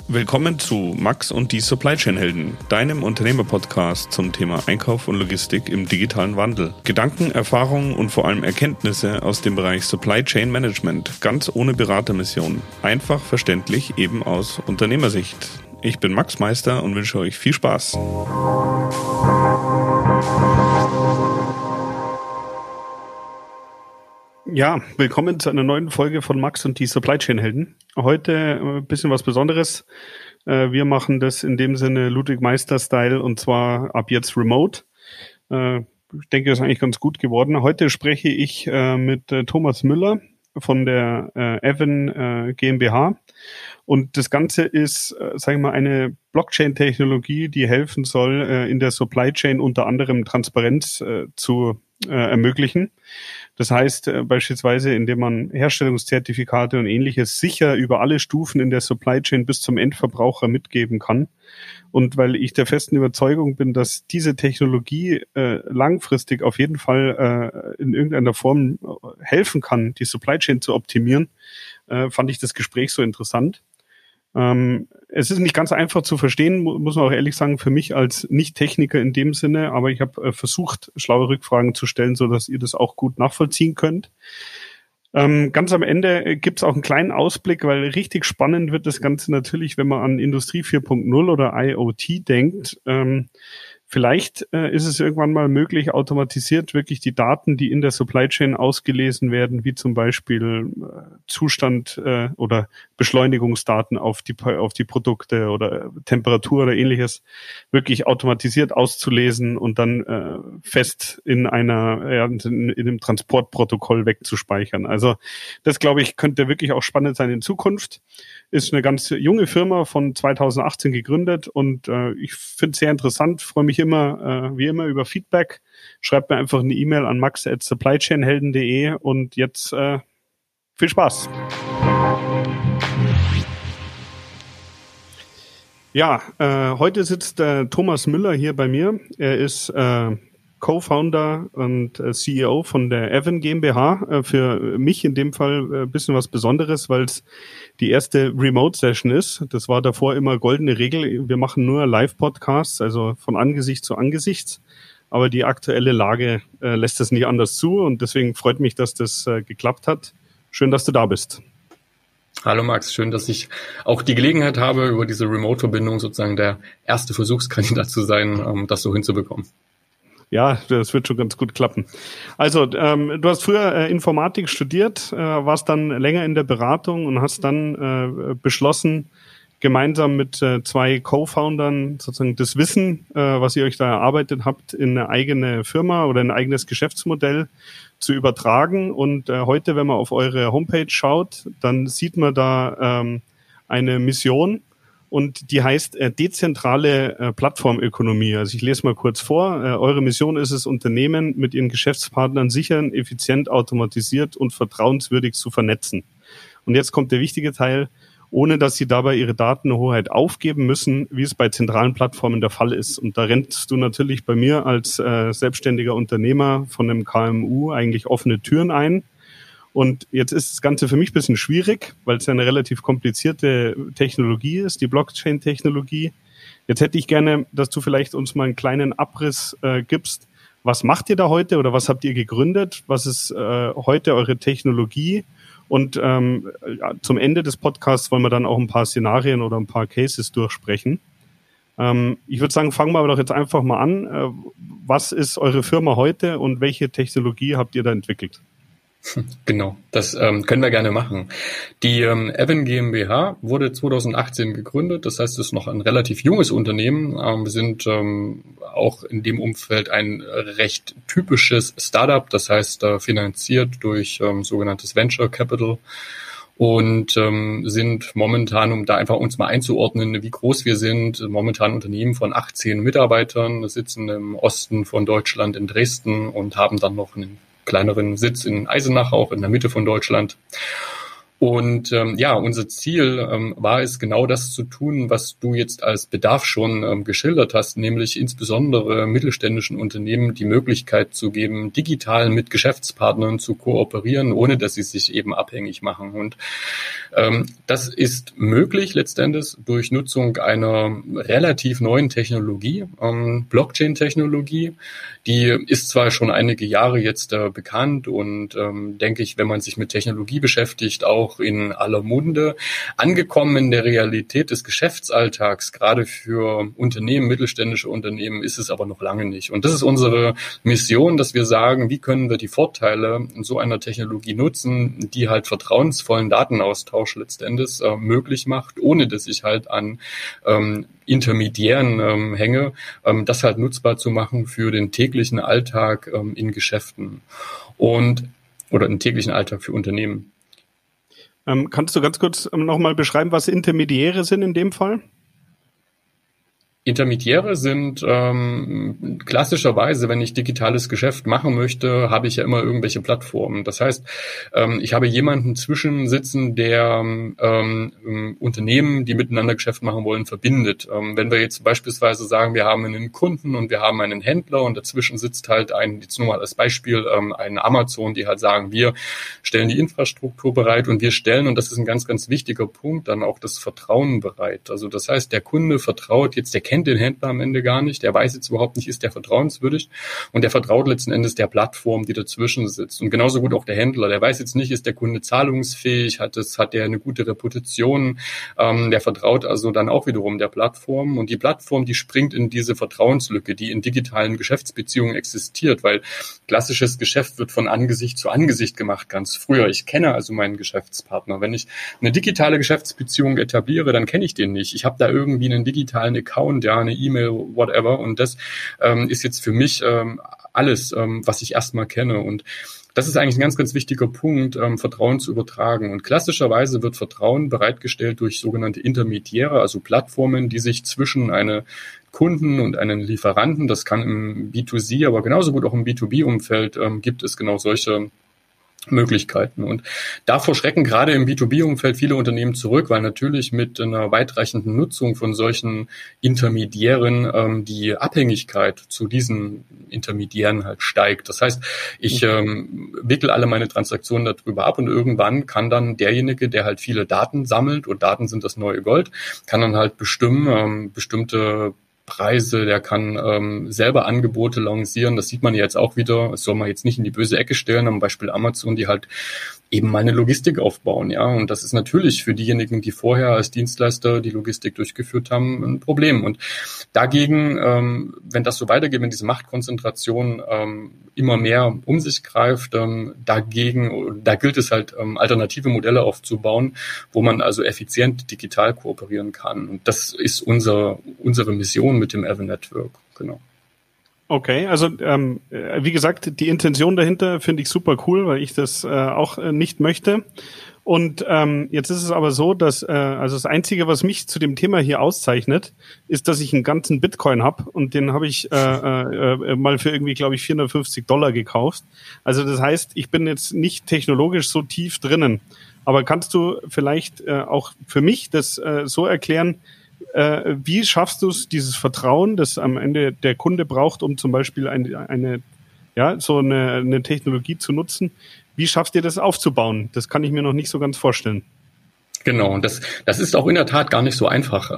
Willkommen zu Max und die Supply Chain Helden, deinem Unternehmer-Podcast zum Thema Einkauf und Logistik im digitalen Wandel. Gedanken, Erfahrungen und vor allem Erkenntnisse aus dem Bereich Supply Chain Management, ganz ohne Beratermission. Einfach verständlich, eben aus Unternehmersicht. Ich bin Max Meister und wünsche euch viel Spaß. Ja, willkommen zu einer neuen Folge von Max und die Supply Chain Helden. Heute ein bisschen was Besonderes. Wir machen das in dem Sinne Ludwig Meister-Style und zwar ab jetzt remote. Ich denke, das ist eigentlich ganz gut geworden. Heute spreche ich mit Thomas Müller von der Aven GmbH. Und das Ganze ist, sage ich mal, eine Blockchain-Technologie, die helfen soll, in der Supply Chain unter anderem Transparenz zu ermöglichen. Das heißt beispielsweise, indem man Herstellungszertifikate und Ähnliches sicher über alle Stufen in der Supply Chain bis zum Endverbraucher mitgeben kann. Und weil ich der festen Überzeugung bin, dass diese Technologie langfristig auf jeden Fall in irgendeiner Form helfen kann, die Supply Chain zu optimieren, fand ich das Gespräch so interessant. Es ist nicht ganz einfach zu verstehen, muss man auch ehrlich sagen, für mich als Nicht-Techniker in dem Sinne, aber ich habe versucht, schlaue Rückfragen zu stellen, so dass ihr das auch gut nachvollziehen könnt. Ganz am Ende gibt's auch einen kleinen Ausblick, weil richtig spannend wird das Ganze natürlich, wenn man an Industrie 4.0 oder IoT denkt. Vielleicht ist es irgendwann mal möglich, automatisiert wirklich die Daten, die in der Supply Chain ausgelesen werden, wie zum Beispiel Zustand oder Beschleunigungsdaten auf die Produkte oder Temperatur oder Ähnliches, wirklich automatisiert auszulesen und dann fest in einem Transportprotokoll wegzuspeichern. Also das, glaube ich, könnte wirklich auch spannend sein in Zukunft. Ist eine ganz junge Firma von 2018 gegründet und ich finde es sehr interessant, freue mich immer, wie immer, über Feedback. Schreibt mir einfach eine E-Mail an max@supplychainhelden.de und jetzt viel Spaß. Ja, heute sitzt Thomas Müller hier bei mir. Er ist Co-Founder und CEO von der Aven GmbH. Für mich in dem Fall ein bisschen was Besonderes, weil es die erste Remote-Session ist. Das war davor immer goldene Regel. Wir machen nur Live-Podcasts, also von Angesicht zu Angesicht. Aber die aktuelle Lage lässt das nicht anders zu und deswegen freut mich, dass das geklappt hat. Schön, dass du da bist. Hallo Max, schön, dass ich auch die Gelegenheit habe, über diese Remote-Verbindung sozusagen der erste Versuchskandidat zu sein, das so hinzubekommen. Ja, das wird schon ganz gut klappen. Also, du hast früher Informatik studiert, warst dann länger in der Beratung und hast dann beschlossen, gemeinsam mit zwei Co-Foundern sozusagen das Wissen, was ihr euch da erarbeitet habt, in eine eigene Firma oder ein eigenes Geschäftsmodell zu übertragen. Und heute, wenn man auf eure Homepage schaut, dann sieht man da eine Mission, und die heißt dezentrale Plattformökonomie. Also ich lese mal kurz vor. Eure Mission ist es, Unternehmen mit ihren Geschäftspartnern sichern, effizient, automatisiert und vertrauenswürdig zu vernetzen. Und jetzt kommt der wichtige Teil, ohne dass sie dabei ihre Datenhoheit aufgeben müssen, wie es bei zentralen Plattformen der Fall ist. Und da rennst du natürlich bei mir als selbstständiger Unternehmer von einem KMU eigentlich offene Türen ein. Und jetzt ist das Ganze für mich ein bisschen schwierig, weil es eine relativ komplizierte Technologie ist, die Blockchain-Technologie. Jetzt hätte ich gerne, dass du vielleicht uns mal einen kleinen Abriss gibst. Was macht ihr da heute oder was habt ihr gegründet? Was ist heute eure Technologie? Und zum Ende des Podcasts wollen wir dann auch ein paar Szenarien oder ein paar Cases durchsprechen. Ich würde sagen, fangen wir aber doch jetzt einfach mal an. Was ist eure Firma heute und welche Technologie habt ihr da entwickelt? Genau, das können wir gerne machen. Die Aven GmbH wurde 2018 gegründet, das heißt, es ist noch ein relativ junges Unternehmen. Wir sind auch in dem Umfeld ein recht typisches Startup, das heißt finanziert durch sogenanntes Venture Capital und sind momentan, um da einfach uns mal einzuordnen, wie groß wir sind, momentan ein Unternehmen von 18 Mitarbeitern, sitzen im Osten von Deutschland in Dresden und haben dann noch einen kleineren Sitz in Eisenach, auch in der Mitte von Deutschland. Und unser Ziel war es, genau das zu tun, was du jetzt als Bedarf schon geschildert hast, nämlich insbesondere mittelständischen Unternehmen die Möglichkeit zu geben, digital mit Geschäftspartnern zu kooperieren, ohne dass sie sich eben abhängig machen. Und das ist möglich letztendlich durch Nutzung einer relativ neuen Technologie, Blockchain-Technologie. Die ist zwar schon einige Jahre jetzt bekannt und denke ich, wenn man sich mit Technologie beschäftigt, auch in aller Munde. Angekommen in der Realität des Geschäftsalltags, gerade für Unternehmen, mittelständische Unternehmen, ist es aber noch lange nicht. Und das ist unsere Mission, dass wir sagen, wie können wir die Vorteile in so einer Technologie nutzen, die halt vertrauensvollen Datenaustausch letztendlich möglich macht, ohne dass ich halt an Intermediären hänge, das halt nutzbar zu machen für den täglichen Alltag in Geschäften oder den täglichen Alltag für Unternehmen. Kannst du ganz kurz nochmal beschreiben, was Intermediäre sind in dem Fall? Intermediäre sind klassischerweise, wenn ich digitales Geschäft machen möchte, habe ich ja immer irgendwelche Plattformen. Das heißt, ich habe jemanden zwischensitzen, der Unternehmen, die miteinander Geschäft machen wollen, verbindet. Wenn wir jetzt beispielsweise sagen, wir haben einen Kunden und wir haben einen Händler und dazwischen sitzt halt jetzt nur mal als Beispiel, ein Amazon, die halt sagen, wir stellen die Infrastruktur bereit und wir stellen, und das ist ein ganz, ganz wichtiger Punkt, dann auch das Vertrauen bereit. Also das heißt, der Kunde vertraut jetzt, der kennt den Händler am Ende gar nicht, der weiß jetzt überhaupt nicht, ist der vertrauenswürdig, und der vertraut letzten Endes der Plattform, die dazwischen sitzt. Und genauso gut auch der Händler, der weiß jetzt nicht, ist der Kunde zahlungsfähig, hat der eine gute Reputation, der vertraut also dann auch wiederum der Plattform, und die Plattform, die springt in diese Vertrauenslücke, die in digitalen Geschäftsbeziehungen existiert, weil klassisches Geschäft wird von Angesicht zu Angesicht gemacht, ganz früher. Ich kenne also meinen Geschäftspartner. Wenn ich eine digitale Geschäftsbeziehung etabliere, dann kenne ich den nicht. Ich habe da irgendwie einen digitalen Account, ja, eine E-Mail, whatever. Und das ist jetzt für mich alles, was ich erstmal kenne. Und das ist eigentlich ein ganz, ganz wichtiger Punkt, Vertrauen zu übertragen. Und klassischerweise wird Vertrauen bereitgestellt durch sogenannte Intermediäre, also Plattformen, die sich zwischen eine Kunden und einen Lieferanten, das kann im B2C, aber genauso gut auch im B2B-Umfeld, gibt es genau solche Möglichkeiten. Und davor schrecken gerade im B2B-Umfeld viele Unternehmen zurück, weil natürlich mit einer weitreichenden Nutzung von solchen Intermediären die Abhängigkeit zu diesen Intermediären halt steigt. Das heißt, ich wickel alle meine Transaktionen darüber ab, und irgendwann kann dann derjenige, der halt viele Daten sammelt, und Daten sind das neue Gold, kann dann halt bestimmen, bestimmte Preise, der kann selber Angebote lancieren. Das sieht man jetzt auch wieder. Das soll man jetzt nicht in die böse Ecke stellen. Am Beispiel Amazon, die halt eben mal eine Logistik aufbauen, ja. Und das ist natürlich für diejenigen, die vorher als Dienstleister die Logistik durchgeführt haben, ein Problem. Und dagegen, wenn das so weitergeht, wenn diese Machtkonzentration immer mehr um sich greift, da gilt es halt, alternative Modelle aufzubauen, wo man also effizient digital kooperieren kann. Und das ist unsere Mission mit dem Evan Network, genau. Okay, also wie gesagt, die Intention dahinter finde ich super cool, weil ich das auch nicht möchte. Und jetzt ist es aber so, dass also das Einzige, was mich zu dem Thema hier auszeichnet, ist, dass ich einen ganzen Bitcoin habe, und den habe ich mal für irgendwie, glaube ich, $450 gekauft. Also das heißt, ich bin jetzt nicht technologisch so tief drinnen. Aber kannst du vielleicht auch für mich das so erklären, wie schaffst du es, dieses Vertrauen, das am Ende der Kunde braucht, um zum Beispiel eine Technologie zu nutzen? Wie schaffst ihr das aufzubauen? Das kann ich mir noch nicht so ganz vorstellen. Genau, und das ist auch in der Tat gar nicht so einfach.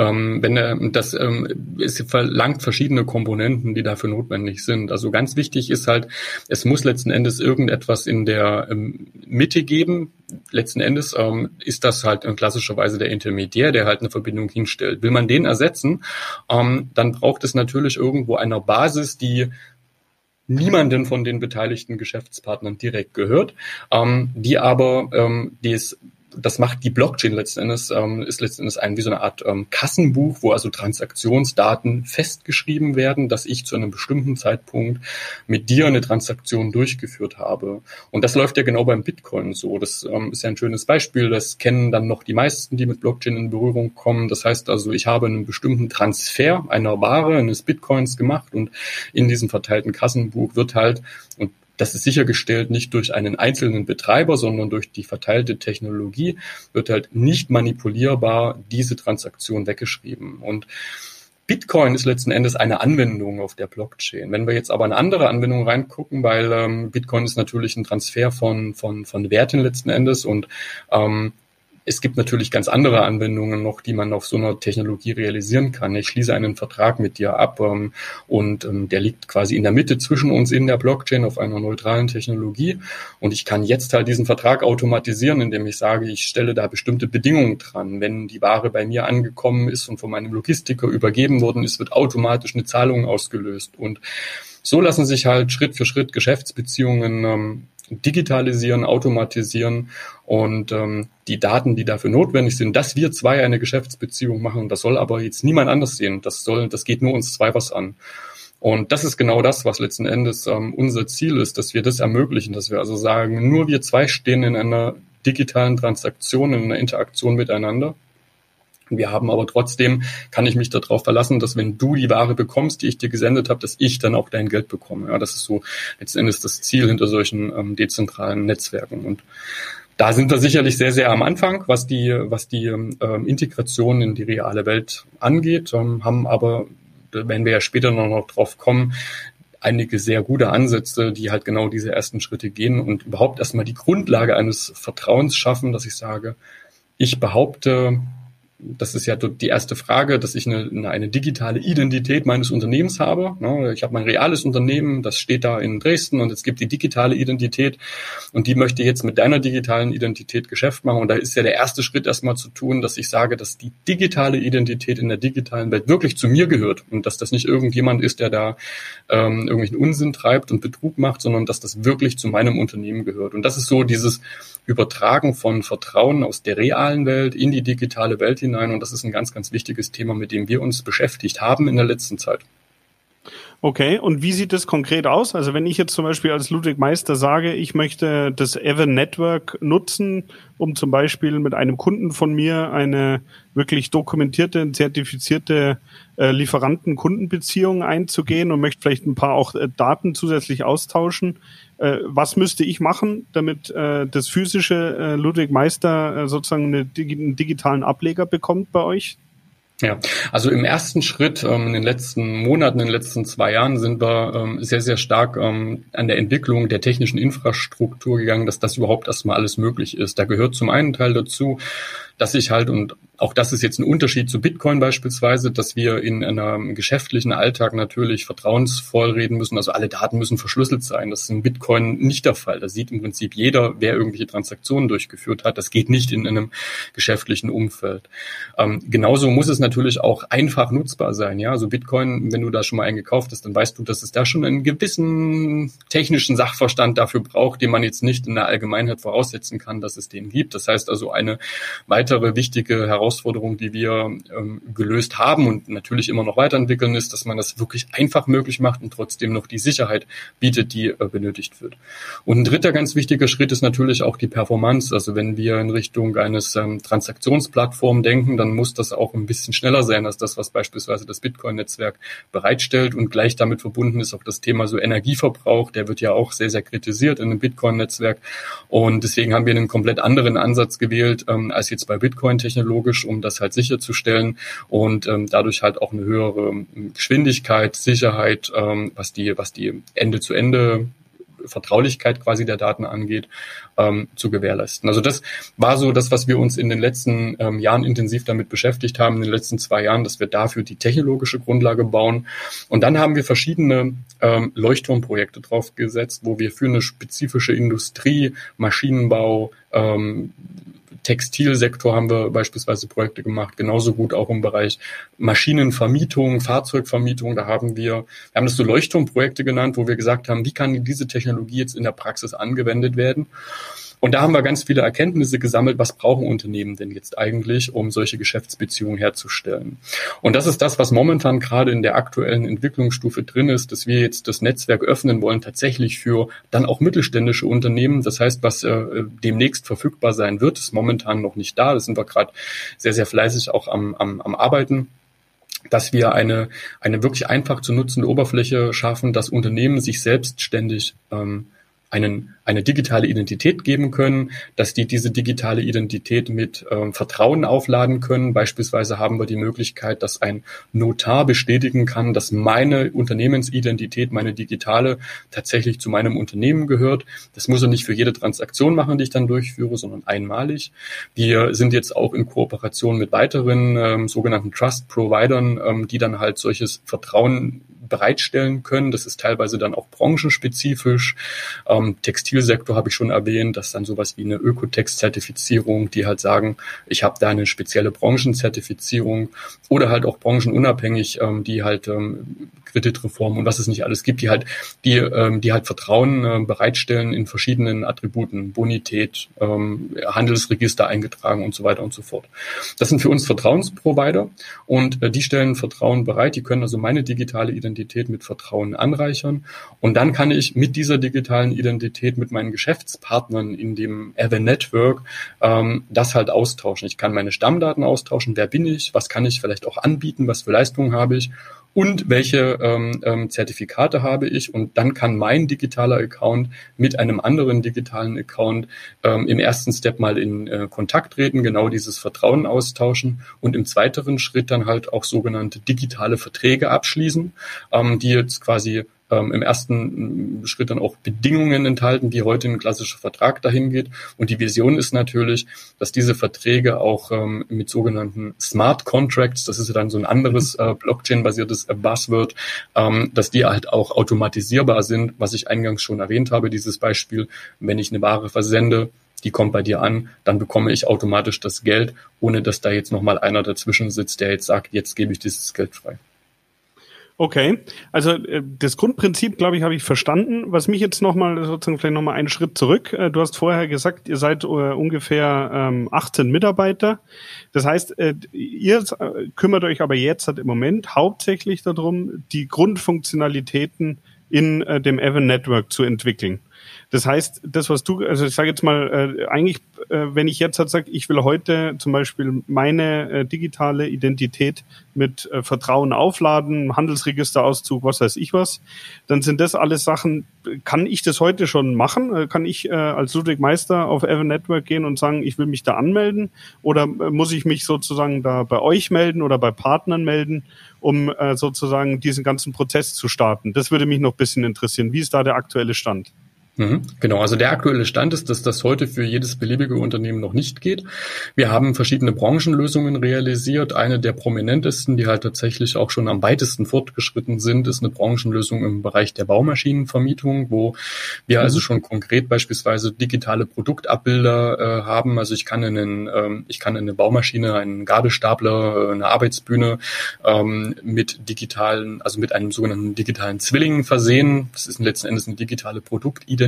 Es verlangt verschiedene Komponenten, die dafür notwendig sind. Also ganz wichtig ist halt, es muss letzten Endes irgendetwas in der Mitte geben. Letzten Endes ist das halt klassischerweise der Intermediär, der halt eine Verbindung hinstellt. Will man den ersetzen, dann braucht es natürlich irgendwo eine Basis, die niemanden von den beteiligten Geschäftspartnern direkt gehört, die aber das macht die Blockchain letzten Endes, ist letzten Endes wie so eine Art Kassenbuch, wo also Transaktionsdaten festgeschrieben werden, dass ich zu einem bestimmten Zeitpunkt mit dir eine Transaktion durchgeführt habe. Und das läuft ja genau beim Bitcoin so. Das ist ja ein schönes Beispiel. Das kennen dann noch die meisten, die mit Blockchain in Berührung kommen. Das heißt also, ich habe einen bestimmten Transfer einer Ware, eines Bitcoins gemacht, und in diesem verteilten Kassenbuch wird halt, und das ist sichergestellt nicht durch einen einzelnen Betreiber, sondern durch die verteilte Technologie wird halt nicht manipulierbar diese Transaktion weggeschrieben. Und Bitcoin ist letzten Endes eine Anwendung auf der Blockchain. Wenn wir jetzt aber eine andere Anwendung reingucken, weil Bitcoin ist natürlich ein Transfer von Werten letzten Endes und es gibt natürlich ganz andere Anwendungen noch, die man auf so einer Technologie realisieren kann. Ich schließe einen Vertrag mit dir ab und der liegt quasi in der Mitte zwischen uns in der Blockchain auf einer neutralen Technologie und ich kann jetzt halt diesen Vertrag automatisieren, indem ich sage, ich stelle da bestimmte Bedingungen dran. Wenn die Ware bei mir angekommen ist und von meinem Logistiker übergeben worden ist, wird automatisch eine Zahlung ausgelöst und so lassen sich halt Schritt für Schritt Geschäftsbeziehungen digitalisieren, automatisieren und die Daten, die dafür notwendig sind, dass wir zwei eine Geschäftsbeziehung machen, das soll aber jetzt niemand anders sehen. Das geht nur uns zwei was an. Und das ist genau das, was letzten Endes unser Ziel ist, dass wir das ermöglichen, dass wir also sagen, nur wir zwei stehen in einer digitalen Transaktion, in einer Interaktion miteinander. Wir haben aber trotzdem, kann ich mich darauf verlassen, dass wenn du die Ware bekommst, die ich dir gesendet habe, dass ich dann auch dein Geld bekomme. Ja, das ist so letzten Endes das Ziel hinter solchen dezentralen Netzwerken. Und da sind wir sicherlich sehr, sehr am Anfang, was die Integration in die reale Welt angeht, haben aber, wenn wir ja später noch drauf kommen, einige sehr gute Ansätze, die halt genau diese ersten Schritte gehen und überhaupt erstmal die Grundlage eines Vertrauens schaffen, dass ich sage, ich behaupte, das ist ja die erste Frage, dass ich eine digitale Identität meines Unternehmens habe. Ich habe mein reales Unternehmen, das steht da in Dresden und es gibt die digitale Identität und die möchte jetzt mit deiner digitalen Identität Geschäft machen. Und da ist ja der erste Schritt erstmal zu tun, dass ich sage, dass die digitale Identität in der digitalen Welt wirklich zu mir gehört und dass das nicht irgendjemand ist, der da irgendwelchen Unsinn treibt und Betrug macht, sondern dass das wirklich zu meinem Unternehmen gehört. Und das ist so dieses Übertragen von Vertrauen aus der realen Welt in die digitale Welt hinein. Und das ist ein ganz, ganz wichtiges Thema, mit dem wir uns beschäftigt haben in der letzten Zeit. Okay, und wie sieht das konkret aus? Also wenn ich jetzt zum Beispiel als Ludwig Meister sage, ich möchte das Even Network nutzen, um zum Beispiel mit einem Kunden von mir eine wirklich dokumentierte, zertifizierte Lieferanten-Kundenbeziehung einzugehen und möchte vielleicht ein paar auch Daten zusätzlich austauschen. Was müsste ich machen, damit das physische Ludwig Meister sozusagen einen digitalen Ableger bekommt bei euch? Ja, also im ersten Schritt in den letzten Monaten, in den letzten 2 Jahren sind wir sehr, sehr stark an der Entwicklung der technischen Infrastruktur gegangen, dass das überhaupt erstmal alles möglich ist. Da gehört zum einen Teil dazu, dass ich halt, und auch das ist jetzt ein Unterschied zu Bitcoin beispielsweise, dass wir in einem geschäftlichen Alltag natürlich vertrauensvoll reden müssen. Also alle Daten müssen verschlüsselt sein. Das ist in Bitcoin nicht der Fall. Da sieht im Prinzip jeder, wer irgendwelche Transaktionen durchgeführt hat. Das geht nicht in einem geschäftlichen Umfeld. Genauso muss es natürlich auch einfach nutzbar sein. Ja, also Bitcoin, wenn du da schon mal einen gekauft hast, dann weißt du, dass es da schon einen gewissen technischen Sachverstand dafür braucht, den man jetzt nicht in der Allgemeinheit voraussetzen kann, dass es den gibt. Das heißt also, eine weitere wichtige Herausforderung, die wir gelöst haben und natürlich immer noch weiterentwickeln, ist, dass man das wirklich einfach möglich macht und trotzdem noch die Sicherheit bietet, die benötigt wird. Und ein dritter ganz wichtiger Schritt ist natürlich auch die Performance. Also wenn wir in Richtung eines Transaktionsplattform denken, dann muss das auch ein bisschen schneller sein als das, was beispielsweise das Bitcoin-Netzwerk bereitstellt. Und gleich damit verbunden ist auch das Thema so Energieverbrauch. Der wird ja auch sehr, sehr kritisiert in dem Bitcoin-Netzwerk. Und deswegen haben wir einen komplett anderen Ansatz gewählt als jetzt bei Bitcoin technologisch, um das halt sicherzustellen und dadurch halt auch eine höhere Geschwindigkeit, Sicherheit, was die Ende-zu-Ende Vertraulichkeit quasi der Daten angeht, zu gewährleisten. Also das war so das, was wir uns in den letzten Jahren intensiv damit beschäftigt haben, in den letzten 2 Jahren, dass wir dafür die technologische Grundlage bauen. Und dann haben wir verschiedene Leuchtturmprojekte draufgesetzt, wo wir für eine spezifische Industrie, Maschinenbau, Textilsektor haben wir beispielsweise Projekte gemacht, genauso gut auch im Bereich Maschinenvermietung, Fahrzeugvermietung. Da haben wir haben das so Leuchtturmprojekte genannt, wo wir gesagt haben, wie kann diese Technologie jetzt in der Praxis angewendet werden? Und da haben wir ganz viele Erkenntnisse gesammelt, was brauchen Unternehmen denn jetzt eigentlich, um solche Geschäftsbeziehungen herzustellen. Und das ist das, was momentan gerade in der aktuellen Entwicklungsstufe drin ist, dass wir jetzt das Netzwerk öffnen wollen, tatsächlich für dann auch mittelständische Unternehmen. Das heißt, was demnächst verfügbar sein wird, ist momentan noch nicht da. Da sind wir gerade sehr, sehr fleißig auch am Arbeiten, dass wir eine wirklich einfach zu nutzende Oberfläche schaffen, dass Unternehmen sich selbstständig eine digitale Identität geben können, dass die diese digitale Identität mit Vertrauen aufladen können. Beispielsweise haben wir die Möglichkeit, dass ein Notar bestätigen kann, dass meine Unternehmensidentität, meine digitale, tatsächlich zu meinem Unternehmen gehört. Das muss er nicht für jede Transaktion machen, die ich dann durchführe, sondern einmalig. Wir sind jetzt auch in Kooperation mit weiteren sogenannten Trust-Providern, die dann halt solches Vertrauen bereitstellen können. Das ist teilweise dann auch branchenspezifisch. Textilsektor habe ich schon erwähnt, das ist dann sowas wie eine Ökotex-Zertifizierung, die halt sagen, ich habe da eine spezielle Branchenzertifizierung oder halt auch branchenunabhängig, die halt Kreditreform und was es nicht alles gibt, die halt Vertrauen bereitstellen in verschiedenen Attributen, Bonität, Handelsregister eingetragen und so weiter und so fort. Das sind für uns Vertrauensprovider und die stellen Vertrauen bereit, die können also meine digitale Identität mit Vertrauen anreichern und dann kann ich mit dieser digitalen Identität mit meinen Geschäftspartnern in dem Even Network das halt austauschen. Ich kann meine Stammdaten austauschen, wer bin ich, was kann ich vielleicht auch anbieten, was für Leistungen habe ich und welche Zertifikate habe ich und dann kann mein digitaler Account mit einem anderen digitalen Account im ersten Step mal in Kontakt treten, genau dieses Vertrauen austauschen und im zweiten Schritt dann halt auch sogenannte digitale Verträge abschließen, die jetzt quasi im ersten Schritt dann auch Bedingungen enthalten, wie heute ein klassischer Vertrag dahin geht. Und die Vision ist natürlich, dass diese Verträge auch mit sogenannten Smart Contracts, das ist ja dann so ein anderes Blockchain-basiertes Buzzword, dass die halt auch automatisierbar sind, was ich eingangs schon erwähnt habe, dieses Beispiel, wenn ich eine Ware versende, die kommt bei dir an, dann bekomme ich automatisch das Geld, ohne dass da jetzt nochmal einer dazwischen sitzt, der jetzt sagt, jetzt gebe ich dieses Geld frei. Okay, also das Grundprinzip, glaube ich, habe ich verstanden. Was mich jetzt nochmal, sozusagen vielleicht nochmal einen Schritt zurück. Du hast vorher gesagt, ihr seid ungefähr 18 Mitarbeiter. Das heißt, ihr kümmert euch aber jetzt im Moment hauptsächlich darum, die Grundfunktionalitäten in dem Even Network zu entwickeln. Das heißt, das, was du, also ich sage jetzt mal, wenn ich jetzt sage, ich will heute zum Beispiel meine digitale Identität mit Vertrauen aufladen, Handelsregisterauszug, was weiß ich was, dann sind das alles Sachen, kann ich das heute schon machen? Kann ich als Ludwig Meister auf Even Network gehen und sagen, ich will mich da anmelden? Oder muss ich mich sozusagen da bei euch melden oder bei Partnern melden, um sozusagen diesen ganzen Prozess zu starten? Das würde mich noch ein bisschen interessieren. Wie ist da der aktuelle Stand? Genau, also der aktuelle Stand ist, dass das heute für jedes beliebige Unternehmen noch nicht geht. Wir haben verschiedene Branchenlösungen realisiert. Eine der prominentesten, die halt tatsächlich auch schon am weitesten fortgeschritten sind, ist eine Branchenlösung im Bereich der Baumaschinenvermietung, wo wir also schon konkret beispielsweise digitale Produktabbilder haben. Also ich kann eine Baumaschine, einen Gabelstapler, eine Arbeitsbühne mit digitalen, also mit einem sogenannten digitalen Zwilling versehen. Das ist letzten Endes eine digitale Produktidentität.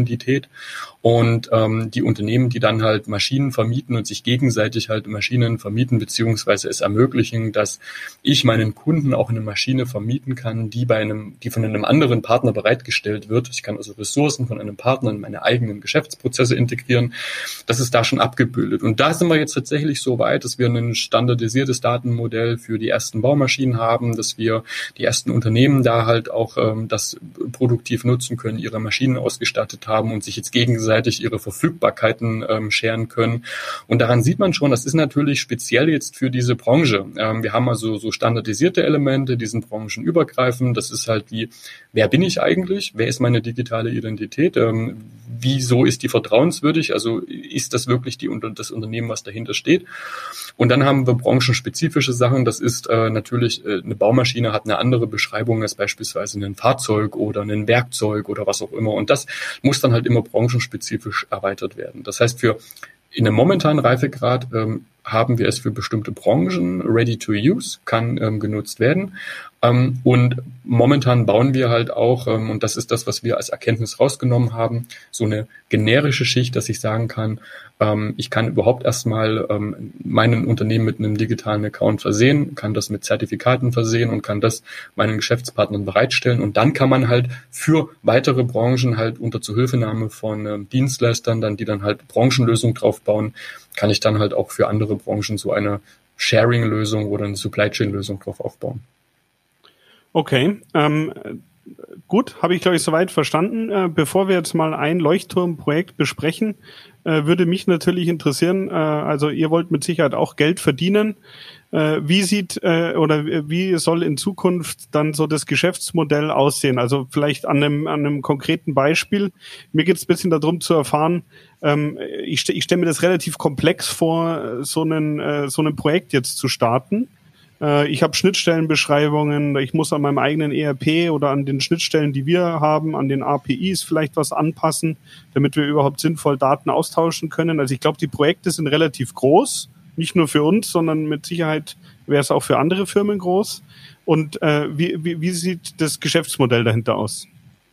Und die Unternehmen, die dann halt Maschinen vermieten und sich gegenseitig halt Maschinen vermieten, beziehungsweise es ermöglichen, dass ich meinen Kunden auch eine Maschine vermieten kann, die von einem anderen Partner bereitgestellt wird. Ich kann also Ressourcen von einem Partner in meine eigenen Geschäftsprozesse integrieren. Das ist da schon abgebildet. Und da sind wir jetzt tatsächlich so weit, dass wir ein standardisiertes Datenmodell für die ersten Baumaschinen haben, dass wir die ersten Unternehmen da halt auch das produktiv nutzen können, ihre Maschinen ausgestattet haben und sich jetzt gegenseitig ihre Verfügbarkeiten scheren können. Und daran sieht man schon, das ist natürlich speziell jetzt für diese Branche. Wir haben also so standardisierte Elemente, die sind branchenübergreifend. Das ist halt wie, wer bin ich eigentlich? Wer ist meine digitale Identität? Wieso ist die vertrauenswürdig? Also ist das wirklich das Unternehmen, was dahinter steht? Und dann haben wir branchenspezifische Sachen. Das ist natürlich, eine Baumaschine hat eine andere Beschreibung als beispielsweise ein Fahrzeug oder ein Werkzeug oder was auch immer. Und das muss dann halt immer branchenspezifisch erweitert werden. Das heißt, in einem momentanen Reifegrad haben wir es für bestimmte Branchen ready to use, kann genutzt werden. Und momentan bauen wir halt auch, und das ist das, was wir als Erkenntnis rausgenommen haben, so eine generische Schicht, dass ich sagen kann, ich kann überhaupt erstmal meinen Unternehmen mit einem digitalen Account versehen, kann das mit Zertifikaten versehen und kann das meinen Geschäftspartnern bereitstellen. Und dann kann man halt für weitere Branchen halt unter Zuhilfenahme von Dienstleistern, die dann halt Branchenlösungen draufbauen, kann ich dann halt auch für andere Branchen so eine Sharing-Lösung oder eine Supply-Chain-Lösung drauf aufbauen. Okay, Gut, habe ich, glaube ich, soweit verstanden. Bevor wir jetzt mal ein Leuchtturmprojekt besprechen, würde mich natürlich interessieren, also ihr wollt mit Sicherheit auch Geld verdienen. Wie soll in Zukunft dann so das Geschäftsmodell aussehen? Also vielleicht an einem konkreten Beispiel. Mir geht es ein bisschen darum zu erfahren, ich stelle mir das relativ komplex vor, so ein Projekt jetzt zu starten. Ich habe Schnittstellenbeschreibungen, ich muss an meinem eigenen ERP oder an den Schnittstellen, die wir haben, an den APIs vielleicht was anpassen, damit wir überhaupt sinnvoll Daten austauschen können. Also ich glaube, die Projekte sind relativ groß, nicht nur für uns, sondern mit Sicherheit wäre es auch für andere Firmen groß. Und wie sieht das Geschäftsmodell dahinter aus?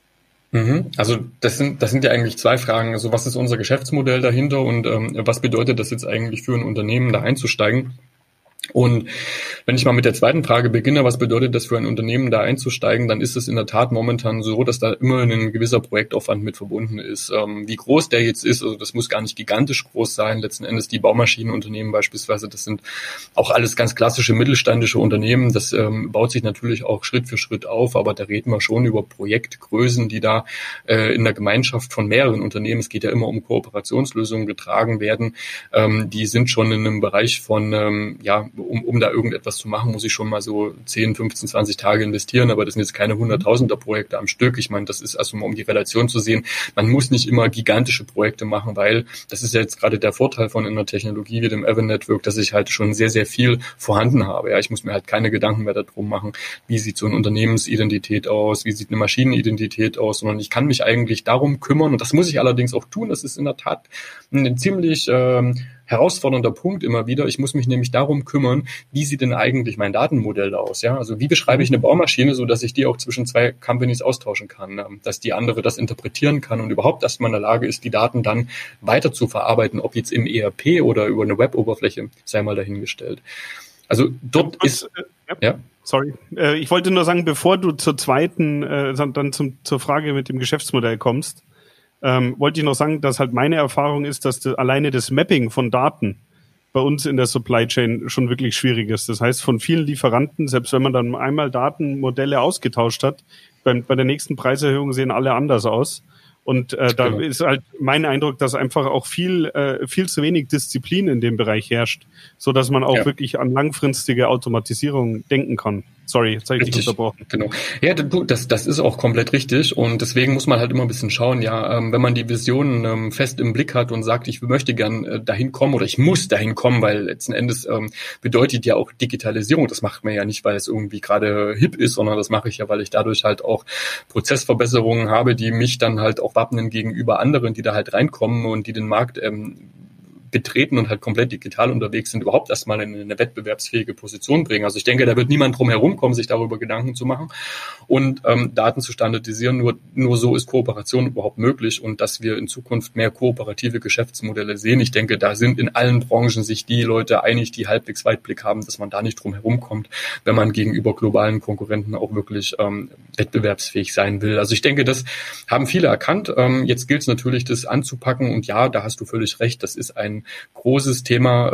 Also das sind ja eigentlich zwei Fragen. Also was ist unser Geschäftsmodell dahinter und was bedeutet das jetzt eigentlich für ein Unternehmen, da einzusteigen? Und wenn ich mal mit der zweiten Frage beginne, was bedeutet das für ein Unternehmen, da einzusteigen, dann ist es in der Tat momentan so, dass da immer ein gewisser Projektaufwand mit verbunden ist. Wie groß der jetzt ist, also das muss gar nicht gigantisch groß sein. Letzten Endes die Baumaschinenunternehmen beispielsweise, das sind auch alles ganz klassische mittelständische Unternehmen. Das baut sich natürlich auch Schritt für Schritt auf, aber da reden wir schon über Projektgrößen, die da in der Gemeinschaft von mehreren Unternehmen, es geht ja immer um Kooperationslösungen, getragen werden. Die sind schon in einem Bereich von, um da irgendetwas zu machen, muss ich schon mal so 10, 15, 20 Tage investieren, aber das sind jetzt keine Hunderttausender Projekte am Stück. Ich meine, das ist also mal, um die Relation zu sehen, man muss nicht immer gigantische Projekte machen, weil das ist ja jetzt gerade der Vorteil von einer Technologie wie dem Evan Network, dass ich halt schon sehr, sehr viel vorhanden habe. Ja, ich muss mir halt keine Gedanken mehr darum machen, wie sieht so eine Unternehmensidentität aus, wie sieht eine Maschinenidentität aus, sondern ich kann mich eigentlich darum kümmern, und das muss ich allerdings auch tun, das ist in der Tat ein ziemlich herausfordernder Punkt immer wieder. Ich muss mich nämlich darum kümmern, wie sieht denn eigentlich mein Datenmodell aus? Ja, also wie beschreibe ich eine Baumaschine, so dass ich die auch zwischen zwei Companies austauschen kann, dass die andere das interpretieren kann und überhaupt erstmal in der Lage ist, die Daten dann weiter zu verarbeiten, ob jetzt im ERP oder über eine Web-Oberfläche, sei mal dahingestellt. Also dort ist ja. Sorry. Ich wollte nur sagen, bevor du zur zweiten, dann zur Frage mit dem Geschäftsmodell kommst, wollte ich noch sagen, dass halt meine Erfahrung ist, dass alleine das Mapping von Daten bei uns in der Supply Chain schon wirklich schwierig ist. Das heißt, von vielen Lieferanten, selbst wenn man dann einmal Datenmodelle ausgetauscht hat, bei der nächsten Preiserhöhung sehen alle anders aus. Und da ist halt mein Eindruck, dass einfach auch viel zu wenig Disziplin in dem Bereich herrscht, so dass man auch wirklich an langfristige Automatisierung denken kann. Sorry, jetzt habe ich dich unterbrochen. Genau. Ja, das ist auch komplett richtig und deswegen muss man halt immer ein bisschen schauen, wenn man die Vision fest im Blick hat und sagt, ich möchte gern dahin kommen oder ich muss dahin kommen, weil letzten Endes bedeutet ja auch Digitalisierung. Das macht man ja nicht, weil es irgendwie gerade hip ist, sondern das mache ich ja, weil ich dadurch halt auch Prozessverbesserungen habe, die mich dann halt auch wappnen gegenüber anderen, die da halt reinkommen und die den Markt betreten und halt komplett digital unterwegs sind, überhaupt erstmal in eine wettbewerbsfähige Position bringen. Also ich denke, da wird niemand drum herum kommen, sich darüber Gedanken zu machen und Daten zu standardisieren. Nur so ist Kooperation überhaupt möglich und dass wir in Zukunft mehr kooperative Geschäftsmodelle sehen. Ich denke, da sind in allen Branchen sich die Leute einig, die halbwegs Weitblick haben, dass man da nicht drum herum kommt, wenn man gegenüber globalen Konkurrenten auch wirklich wettbewerbsfähig sein will. Also ich denke, das haben viele erkannt. Jetzt gilt es natürlich, das anzupacken und ja, da hast du völlig recht, das ist ein großes Thema,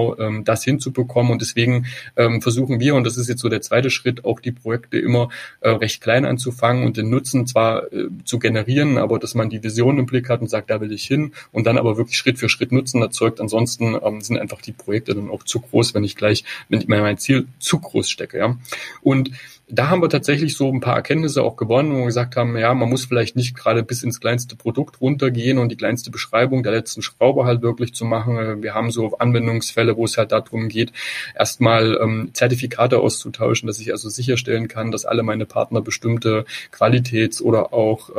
das hinzubekommen und deswegen versuchen wir, und das ist jetzt so der zweite Schritt, auch die Projekte immer recht klein anzufangen und den Nutzen zwar zu generieren, aber dass man die Vision im Blick hat und sagt, da will ich hin und dann aber wirklich Schritt für Schritt Nutzen erzeugt. Ansonsten sind einfach die Projekte dann auch zu groß, wenn ich mein Ziel zu groß stecke. Ja. Und da haben wir tatsächlich so ein paar Erkenntnisse auch gewonnen, wo wir gesagt haben, ja, man muss vielleicht nicht gerade bis ins kleinste Produkt runtergehen und die kleinste Beschreibung der letzten Schraube halt wirklich zu machen. Wir haben so Anwendungsfälle, wo es halt darum geht, erstmal Zertifikate auszutauschen, dass ich also sicherstellen kann, dass alle meine Partner bestimmte Qualitäts- oder auch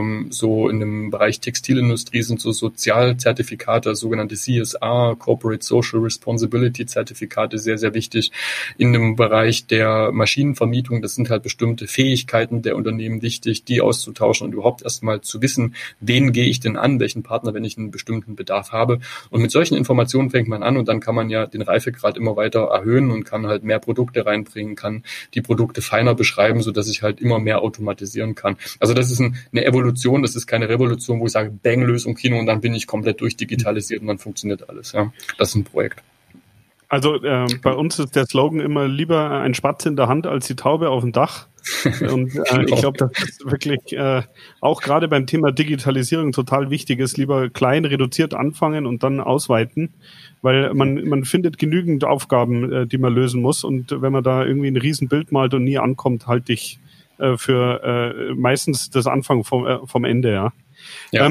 so in dem Bereich Textilindustrie sind so Sozialzertifikate, sogenannte CSR, Corporate Social Responsibility Zertifikate, sehr, sehr wichtig. In dem Bereich der Maschinenvermietung, das sind halt bestimmte Fähigkeiten der Unternehmen wichtig, die auszutauschen und überhaupt erstmal zu wissen, wen gehe ich denn an, welchen Partner, wenn ich einen bestimmten Bedarf habe. Und mit solchen Informationen fängt man an und dann kann man ja den Reifegrad immer weiter erhöhen und kann halt mehr Produkte reinbringen, kann die Produkte feiner beschreiben, sodass ich halt immer mehr automatisieren kann. Also das ist eine Evolution, das ist keine Revolution, wo ich sage, bang, Lösung, Kino und dann bin ich komplett durchdigitalisiert und dann funktioniert alles. Ja, das ist ein Projekt. Also bei uns ist der Slogan immer lieber ein Spatz in der Hand als die Taube auf dem Dach. Und ich glaube, das ist wirklich auch gerade beim Thema Digitalisierung total wichtig ist, lieber klein, reduziert anfangen und dann ausweiten, weil man findet genügend Aufgaben, die man lösen muss. Und wenn man da irgendwie ein Riesenbild malt und nie ankommt, halte ich für meistens das Anfang vom Ende, ja. Ja.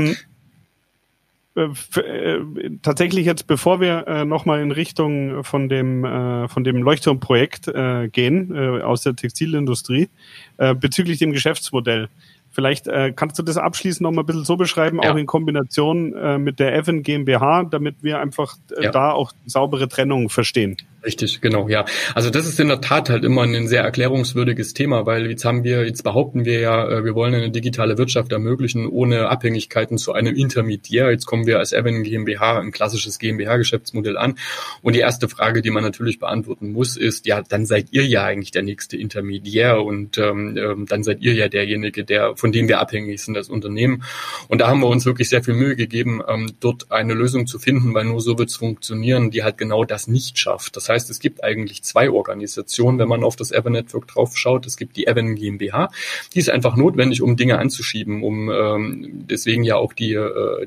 Tatsächlich jetzt, bevor wir nochmal in Richtung von dem Leuchtturmprojekt gehen, aus der Textilindustrie, bezüglich dem Geschäftsmodell. Vielleicht kannst du das abschließend noch mal ein bisschen so beschreiben, auch in Kombination mit der Evan GmbH, damit wir einfach da auch saubere Trennung verstehen. Richtig, genau, ja. Also das ist in der Tat halt immer ein sehr erklärungswürdiges Thema, weil jetzt behaupten wir ja, wir wollen eine digitale Wirtschaft ermöglichen, ohne Abhängigkeiten zu einem Intermediär. Jetzt kommen wir als Evan GmbH, ein klassisches GmbH-Geschäftsmodell an. Und die erste Frage, die man natürlich beantworten muss, ist, ja, dann seid ihr ja eigentlich der nächste Intermediär und dann seid ihr ja derjenige, von dem wir abhängig sind als Unternehmen. Und da haben wir uns wirklich sehr viel Mühe gegeben, dort eine Lösung zu finden, weil nur so wird es funktionieren, die halt genau das nicht schafft. Das heißt, es gibt eigentlich zwei Organisationen, wenn man auf das Evan Network drauf schaut. Es gibt die Evan GmbH, die ist einfach notwendig, um Dinge anzuschieben, deswegen ja auch die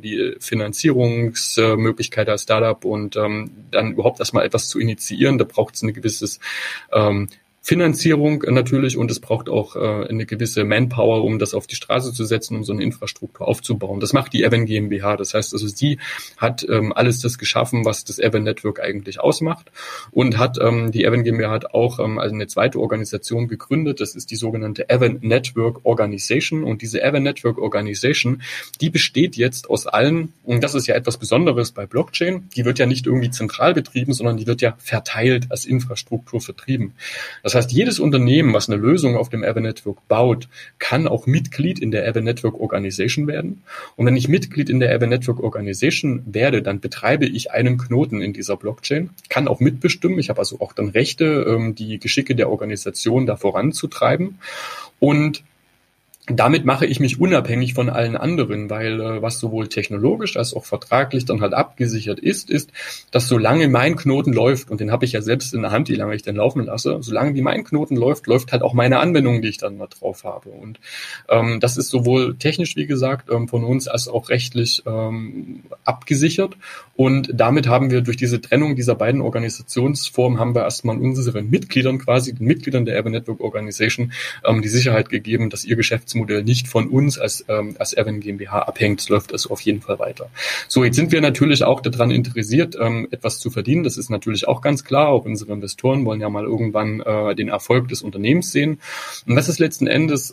Finanzierungsmöglichkeit als Startup und dann überhaupt erstmal etwas zu initiieren. Da braucht es eine gewisse Finanzierung natürlich und es braucht auch eine gewisse Manpower, um das auf die Straße zu setzen, um so eine Infrastruktur aufzubauen. Das macht die Evan GmbH. Das heißt also, sie hat alles das geschaffen, was das Evan Network eigentlich ausmacht und die Evan GmbH hat auch also eine zweite Organisation gegründet. Das ist die sogenannte Evan Network Organization und diese Evan Network Organization, die besteht jetzt aus allen, und das ist ja etwas Besonderes bei Blockchain, die wird ja nicht irgendwie zentral betrieben, sondern die wird ja verteilt als Infrastruktur vertrieben. Das heißt, jedes Unternehmen, was eine Lösung auf dem Evan Network baut, kann auch Mitglied in der Evan Network Organization werden. Und wenn ich Mitglied in der Evan Network Organization werde, dann betreibe ich einen Knoten in dieser Blockchain, kann auch mitbestimmen. Ich habe also auch dann Rechte, die Geschicke der Organisation da voranzutreiben. Und damit mache ich mich unabhängig von allen anderen, weil was sowohl technologisch als auch vertraglich dann halt abgesichert ist, dass solange mein Knoten läuft, und den habe ich ja selbst in der Hand, wie lange ich den laufen lasse, solange wie mein Knoten läuft halt auch meine Anwendung, die ich dann da drauf habe. Und das ist sowohl technisch, wie gesagt, von uns als auch rechtlich abgesichert. Und damit haben wir durch diese Trennung dieser beiden Organisationsformen haben wir erstmal unseren Mitgliedern quasi, den Mitgliedern der Evan Network Organization, die Sicherheit gegeben, dass ihr Geschäftsmodell nicht von uns als Evan GmbH abhängt. Es läuft also auf jeden Fall weiter. So, jetzt sind wir natürlich auch daran interessiert, etwas zu verdienen. Das ist natürlich auch ganz klar. Auch unsere Investoren wollen ja mal irgendwann den Erfolg des Unternehmens sehen. Und das ist letzten Endes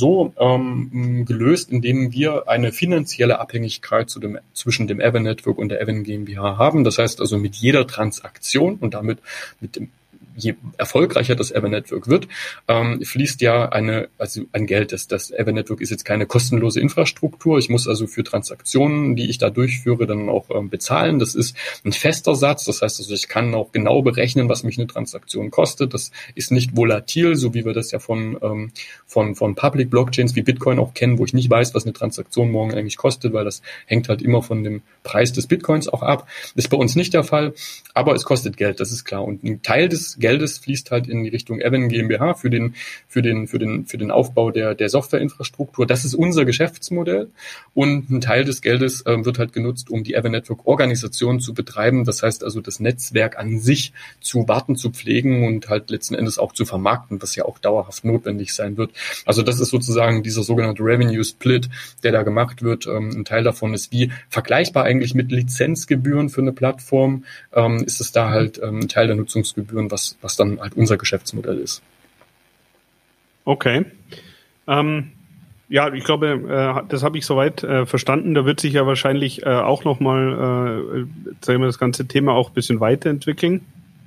gelöst, indem wir eine finanzielle Abhängigkeit zwischen dem Evan Network und der Evan GmbH haben. Das heißt also mit jeder Transaktion und damit je erfolgreicher das Evan Network wird, fließt ja ein Geld. Das Evan Network ist jetzt keine kostenlose Infrastruktur. Ich muss also für Transaktionen, die ich da durchführe, dann auch bezahlen. Das ist ein fester Satz. Das heißt also, ich kann auch genau berechnen, was mich eine Transaktion kostet. Das ist nicht volatil, so wie wir das ja von Public Blockchains wie Bitcoin auch kennen, wo ich nicht weiß, was eine Transaktion morgen eigentlich kostet, weil das hängt halt immer von dem Preis des Bitcoins auch ab. Das ist bei uns nicht der Fall, aber es kostet Geld, das ist klar. Und ein Teil des Geldes fließt halt in die Richtung Evan GmbH für den Aufbau der Softwareinfrastruktur. Das ist unser Geschäftsmodell und ein Teil des Geldes wird halt genutzt, um die Evan Network Organisation zu betreiben. Das heißt also, das Netzwerk an sich zu warten, zu pflegen und halt letzten Endes auch zu vermarkten, was ja auch dauerhaft notwendig sein wird. Also das ist sozusagen dieser sogenannte Revenue Split, der da gemacht wird. Ein Teil davon ist wie vergleichbar eigentlich mit Lizenzgebühren für eine Plattform, ist es da halt ein Teil der Nutzungsgebühren, was dann halt unser Geschäftsmodell ist. Okay. Ja, ich glaube, das habe ich soweit verstanden. Da wird sich ja wahrscheinlich auch nochmal das ganze Thema auch ein bisschen weiterentwickeln.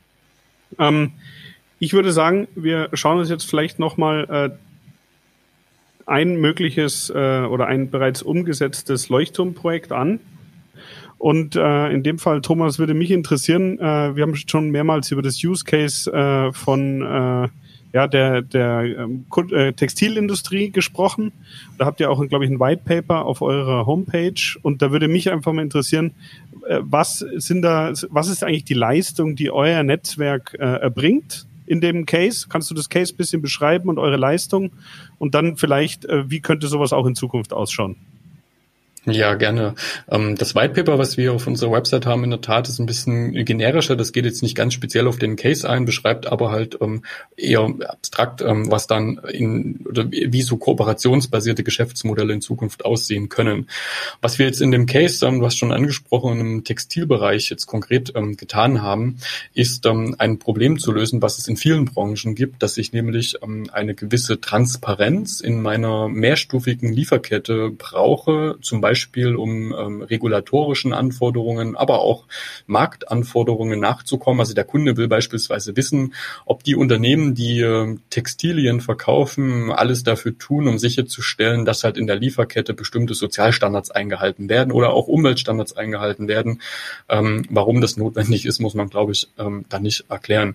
Ich würde sagen, wir schauen uns jetzt vielleicht nochmal ein mögliches oder ein bereits umgesetztes Leuchtturmprojekt an. Und in dem Fall, Thomas, würde mich interessieren, wir haben schon mehrmals über das Use Case von der Textilindustrie gesprochen. Da habt ihr auch, glaube ich, ein White Paper auf eurer Homepage. Und da würde mich einfach mal interessieren, was ist eigentlich die Leistung, die euer Netzwerk erbringt in dem Case? Kannst du das Case ein bisschen beschreiben und eure Leistung? Und dann vielleicht, wie könnte sowas auch in Zukunft ausschauen? Ja, gerne. Das White Paper, was wir auf unserer Website haben, in der Tat ist ein bisschen generischer. Das geht jetzt nicht ganz speziell auf den Case ein, beschreibt aber halt eher abstrakt, was dann oder wie so kooperationsbasierte Geschäftsmodelle in Zukunft aussehen können. Was wir jetzt in dem Case, du hast schon angesprochen, im Textilbereich jetzt konkret getan haben, ist ein Problem zu lösen, was es in vielen Branchen gibt, dass ich nämlich eine gewisse Transparenz in meiner mehrstufigen Lieferkette brauche, zum Beispiel um regulatorischen Anforderungen, aber auch Marktanforderungen nachzukommen. Also der Kunde will beispielsweise wissen, ob die Unternehmen, die Textilien verkaufen, alles dafür tun, um sicherzustellen, dass halt in der Lieferkette bestimmte Sozialstandards eingehalten werden oder auch Umweltstandards eingehalten werden. Warum das notwendig ist, muss man, glaube ich, da nicht erklären.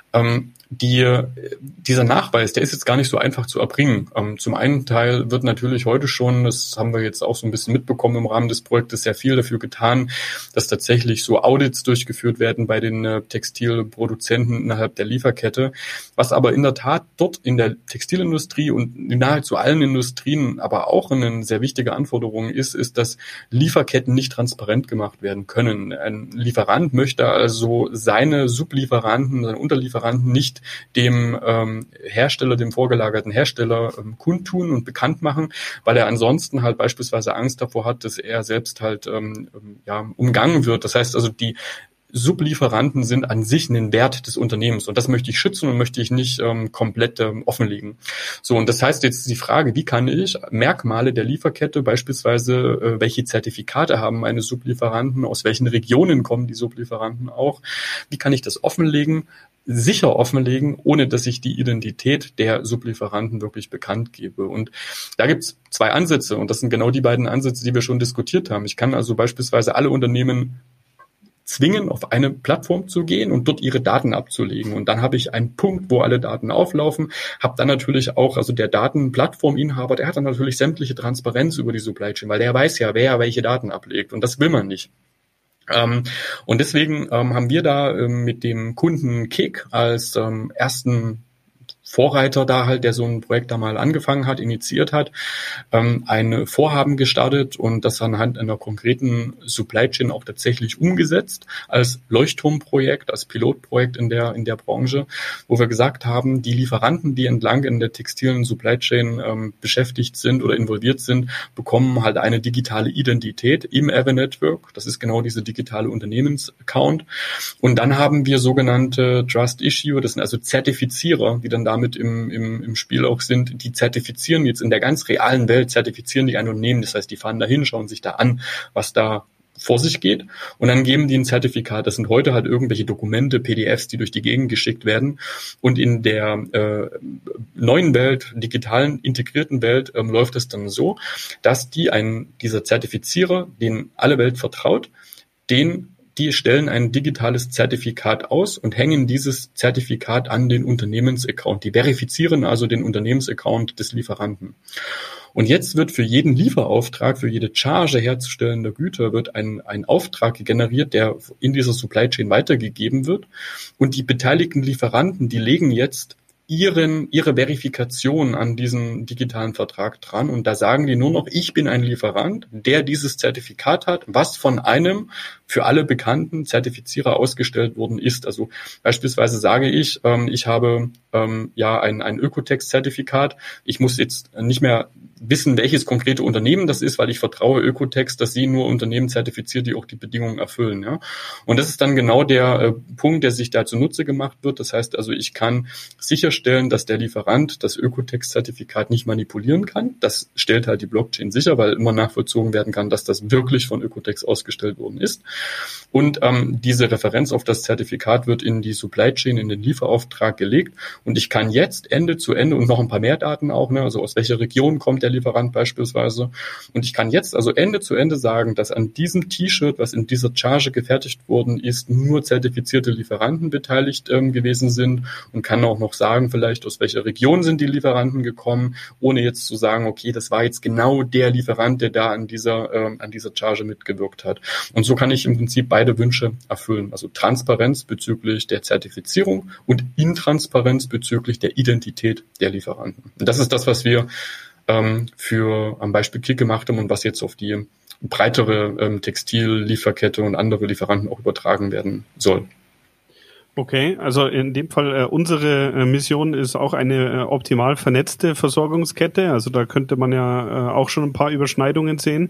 Dieser Nachweis, der ist jetzt gar nicht so einfach zu erbringen. Zum einen Teil wird natürlich heute schon, das haben wir jetzt auch so ein bisschen mitbekommen im Rahmen des Projektes, sehr viel dafür getan, dass tatsächlich so Audits durchgeführt werden bei den Textilproduzenten innerhalb der Lieferkette. Was aber in der Tat dort in der Textilindustrie und in nahezu allen Industrien aber auch eine sehr wichtige Anforderung ist, dass Lieferketten nicht transparent gemacht werden können. Ein Lieferant möchte also seine Sublieferanten, seine Unterlieferanten nicht dem Hersteller, dem vorgelagerten Hersteller kundtun und bekannt machen, weil er ansonsten halt beispielsweise Angst davor hat, dass er selbst halt umgangen wird. Das heißt also, die Sublieferanten sind an sich ein Wert des Unternehmens und das möchte ich schützen und möchte ich nicht komplett offenlegen. So, und das heißt jetzt die Frage, wie kann ich Merkmale der Lieferkette, beispielsweise welche Zertifikate haben meine Sublieferanten, aus welchen Regionen kommen die Sublieferanten auch, wie kann ich das sicher offenlegen, ohne dass ich die Identität der Sublieferanten wirklich bekannt gebe. Und da gibt's zwei Ansätze und das sind genau die beiden Ansätze, die wir schon diskutiert haben. Ich kann also beispielsweise alle Unternehmen zwingen, auf eine Plattform zu gehen und dort ihre Daten abzulegen. Und dann habe ich einen Punkt, wo alle Daten auflaufen, habe dann natürlich auch, also der Datenplattforminhaber, der hat dann natürlich sämtliche Transparenz über die Supply Chain, weil der weiß ja, wer welche Daten ablegt und das will man nicht. Und deswegen haben wir da mit dem Kunden Kik als ersten Vorreiter da halt, der so ein Projekt da mal angefangen hat, initiiert hat, ein Vorhaben gestartet und das anhand einer konkreten Supply Chain auch tatsächlich umgesetzt als Leuchtturmprojekt, als Pilotprojekt in der Branche, wo wir gesagt haben, die Lieferanten, die entlang in der textilen Supply Chain beschäftigt sind oder involviert sind, bekommen halt eine digitale Identität im Aven Network. Das ist genau diese digitale Unternehmensaccount. Und dann haben wir sogenannte Trust Issue, das sind also Zertifizierer, die dann damit im Spiel auch sind, die zertifizieren jetzt in der ganz realen Welt, zertifizieren die ein Unternehmen. Das heißt, die fahren dahin, schauen sich da an, was da vor sich geht und dann geben die ein Zertifikat. Das sind heute halt irgendwelche Dokumente, PDFs, die durch die Gegend geschickt werden. Und in der neuen Welt, digitalen, integrierten Welt läuft es dann so, dass dieser Zertifizierer, den alle Welt vertraut, die stellen ein digitales Zertifikat aus und hängen dieses Zertifikat an den Unternehmensaccount. Die verifizieren also den Unternehmensaccount des Lieferanten. Und jetzt wird für jeden Lieferauftrag, für jede Charge herzustellender Güter wird ein Auftrag generiert, der in dieser Supply Chain weitergegeben wird. Und die beteiligten Lieferanten, die legen jetzt ihre Verifikation an diesen digitalen Vertrag dran und da sagen die nur noch, ich bin ein Lieferant, der dieses Zertifikat hat, was von einem für alle bekannten Zertifizierer ausgestellt worden ist. Also beispielsweise sage ich, ich habe ein Ökotex-Zertifikat. Ich muss jetzt nicht mehr wissen, welches konkrete Unternehmen das ist, weil ich vertraue Ökotex, dass sie nur Unternehmen zertifiziert, die auch die Bedingungen erfüllen. Ja? Und das ist dann genau der Punkt, der sich da zunutze gemacht wird. Das heißt also, ich kann sicherstellen, dass der Lieferant das Ökotex-Zertifikat nicht manipulieren kann. Das stellt halt die Blockchain sicher, weil immer nachvollzogen werden kann, dass das wirklich von Ökotex ausgestellt worden ist. Und diese Referenz auf das Zertifikat wird in die Supply Chain, in den Lieferauftrag gelegt. Und ich kann jetzt Ende zu Ende und noch ein paar mehr Daten auch, also aus welcher Region kommt der Lieferant beispielsweise. Und ich kann jetzt also Ende zu Ende sagen, dass an diesem T-Shirt, was in dieser Charge gefertigt worden ist, nur zertifizierte Lieferanten beteiligt gewesen sind und kann auch noch sagen, vielleicht aus welcher Region sind die Lieferanten gekommen, ohne jetzt zu sagen, okay, das war jetzt genau der Lieferant, der da an dieser Charge mitgewirkt hat. Und so kann ich ich im Prinzip beide Wünsche erfüllen. Also Transparenz bezüglich der Zertifizierung und Intransparenz bezüglich der Identität der Lieferanten. Und das ist das, was wir für am Beispiel Kick gemacht haben und was jetzt auf die breitere Textillieferkette und andere Lieferanten auch übertragen werden soll. Okay, also in dem Fall unsere Mission ist auch eine optimal vernetzte Versorgungskette. Also da könnte man ja auch schon ein paar Überschneidungen sehen.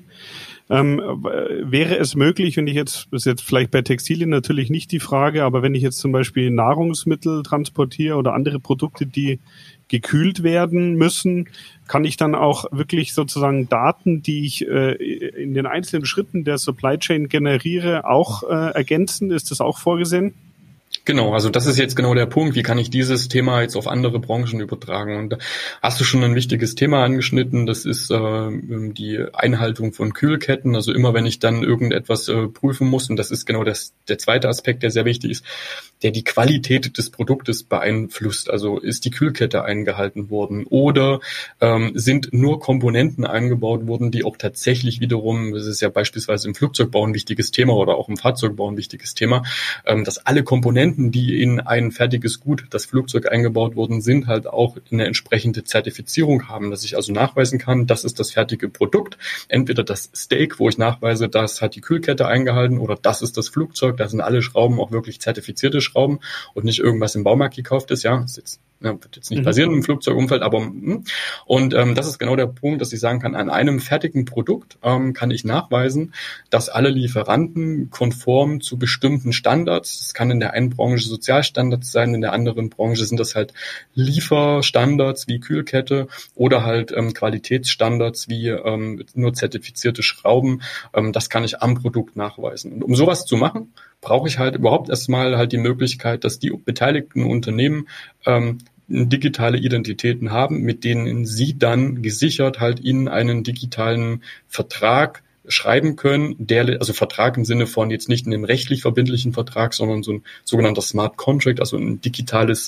Wäre es möglich, wenn ich jetzt, das ist jetzt vielleicht bei Textilien natürlich nicht die Frage, aber wenn ich jetzt zum Beispiel Nahrungsmittel transportiere oder andere Produkte, die gekühlt werden müssen, kann ich dann auch wirklich sozusagen Daten, die ich in den einzelnen Schritten der Supply Chain generiere, auch ergänzen? Ist das auch vorgesehen? Genau, also das ist jetzt genau der Punkt. Wie kann ich dieses Thema jetzt auf andere Branchen übertragen? Und da hast du schon ein wichtiges Thema angeschnitten. Das ist die Einhaltung von Kühlketten. Also immer, wenn ich dann irgendetwas prüfen muss, und das ist genau der zweite Aspekt, der sehr wichtig ist, der die Qualität des Produktes beeinflusst. Also ist die Kühlkette eingehalten worden oder sind nur Komponenten eingebaut worden, die auch tatsächlich wiederum, das ist ja beispielsweise im Flugzeugbau ein wichtiges Thema oder auch im Fahrzeugbau ein wichtiges Thema, dass alle Komponenten, die in ein fertiges Gut, das Flugzeug eingebaut worden sind, halt auch eine entsprechende Zertifizierung haben, dass ich also nachweisen kann, das ist das fertige Produkt. Entweder das Steak, wo ich nachweise, das hat die Kühlkette eingehalten, oder das ist das Flugzeug, da sind alle Schrauben auch wirklich zertifizierte Schrauben und nicht irgendwas im Baumarkt gekauft ist. Ja, das ist wird jetzt nicht passieren im Flugzeugumfeld, aber und das ist genau der Punkt, dass ich sagen kann, an einem fertigen Produkt kann ich nachweisen, dass alle Lieferanten konform zu bestimmten Standards, das kann in der einen Branche Sozialstandards sein, in der anderen Branche sind das halt Lieferstandards wie Kühlkette oder halt Qualitätsstandards wie nur zertifizierte Schrauben, das kann ich am Produkt nachweisen. Und um sowas zu machen, brauche ich halt überhaupt erstmal halt die Möglichkeit, dass die beteiligten Unternehmen digitale Identitäten haben, mit denen sie dann gesichert halt ihnen einen digitalen Vertrag schreiben können, also Vertrag im Sinne von jetzt nicht einen rechtlich verbindlichen Vertrag, sondern so ein sogenannter Smart Contract, also ein digitales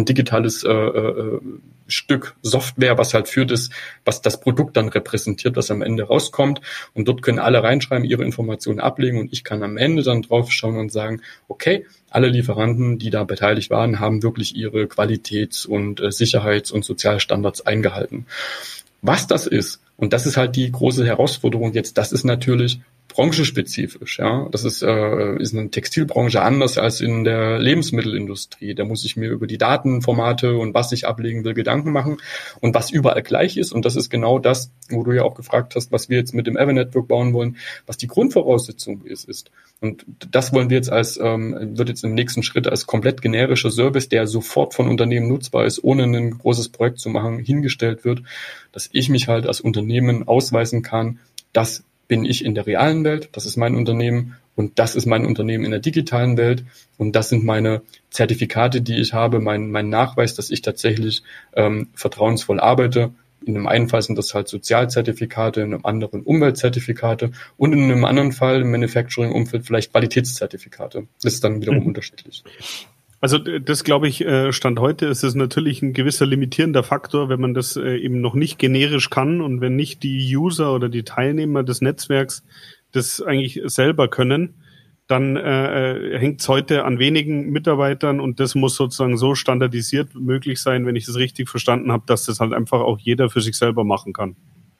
Stück Software, was halt was das Produkt dann repräsentiert, was am Ende rauskommt. Und dort können alle reinschreiben, ihre Informationen ablegen und ich kann am Ende dann drauf schauen und sagen, okay, alle Lieferanten, die da beteiligt waren, haben wirklich ihre Qualitäts- und Sicherheits- und Sozialstandards eingehalten. Was das ist, und das ist halt die große Herausforderung jetzt, das ist natürlich branchenspezifisch, ja. Das ist in der Textilbranche anders als in der Lebensmittelindustrie. Da muss ich mir über die Datenformate und was ich ablegen will Gedanken machen und was überall gleich ist. Und das ist genau das, wo du ja auch gefragt hast, was wir jetzt mit dem Ever Network bauen wollen, was die Grundvoraussetzung ist. Und das wollen wir jetzt wird jetzt im nächsten Schritt als komplett generischer Service, der sofort von Unternehmen nutzbar ist, ohne ein großes Projekt zu machen, hingestellt wird, dass ich mich halt als Unternehmen ausweisen kann, das bin ich in der realen Welt, das ist mein Unternehmen und das ist mein Unternehmen in der digitalen Welt und das sind meine Zertifikate, die ich habe, mein Nachweis, dass ich tatsächlich vertrauensvoll arbeite. In einem einen Fall sind das halt Sozialzertifikate, in einem anderen Umweltzertifikate und in einem anderen Fall im Manufacturing-Umfeld vielleicht Qualitätszertifikate. Das ist dann wiederum unterschiedlich. Also das glaube ich, Stand heute ist es natürlich ein gewisser limitierender Faktor, wenn man das eben noch nicht generisch kann und wenn nicht die User oder die Teilnehmer des Netzwerks das eigentlich selber können, dann hängt es heute an wenigen Mitarbeitern und das muss sozusagen so standardisiert möglich sein, wenn ich das richtig verstanden habe, dass das halt einfach auch jeder für sich selber machen kann.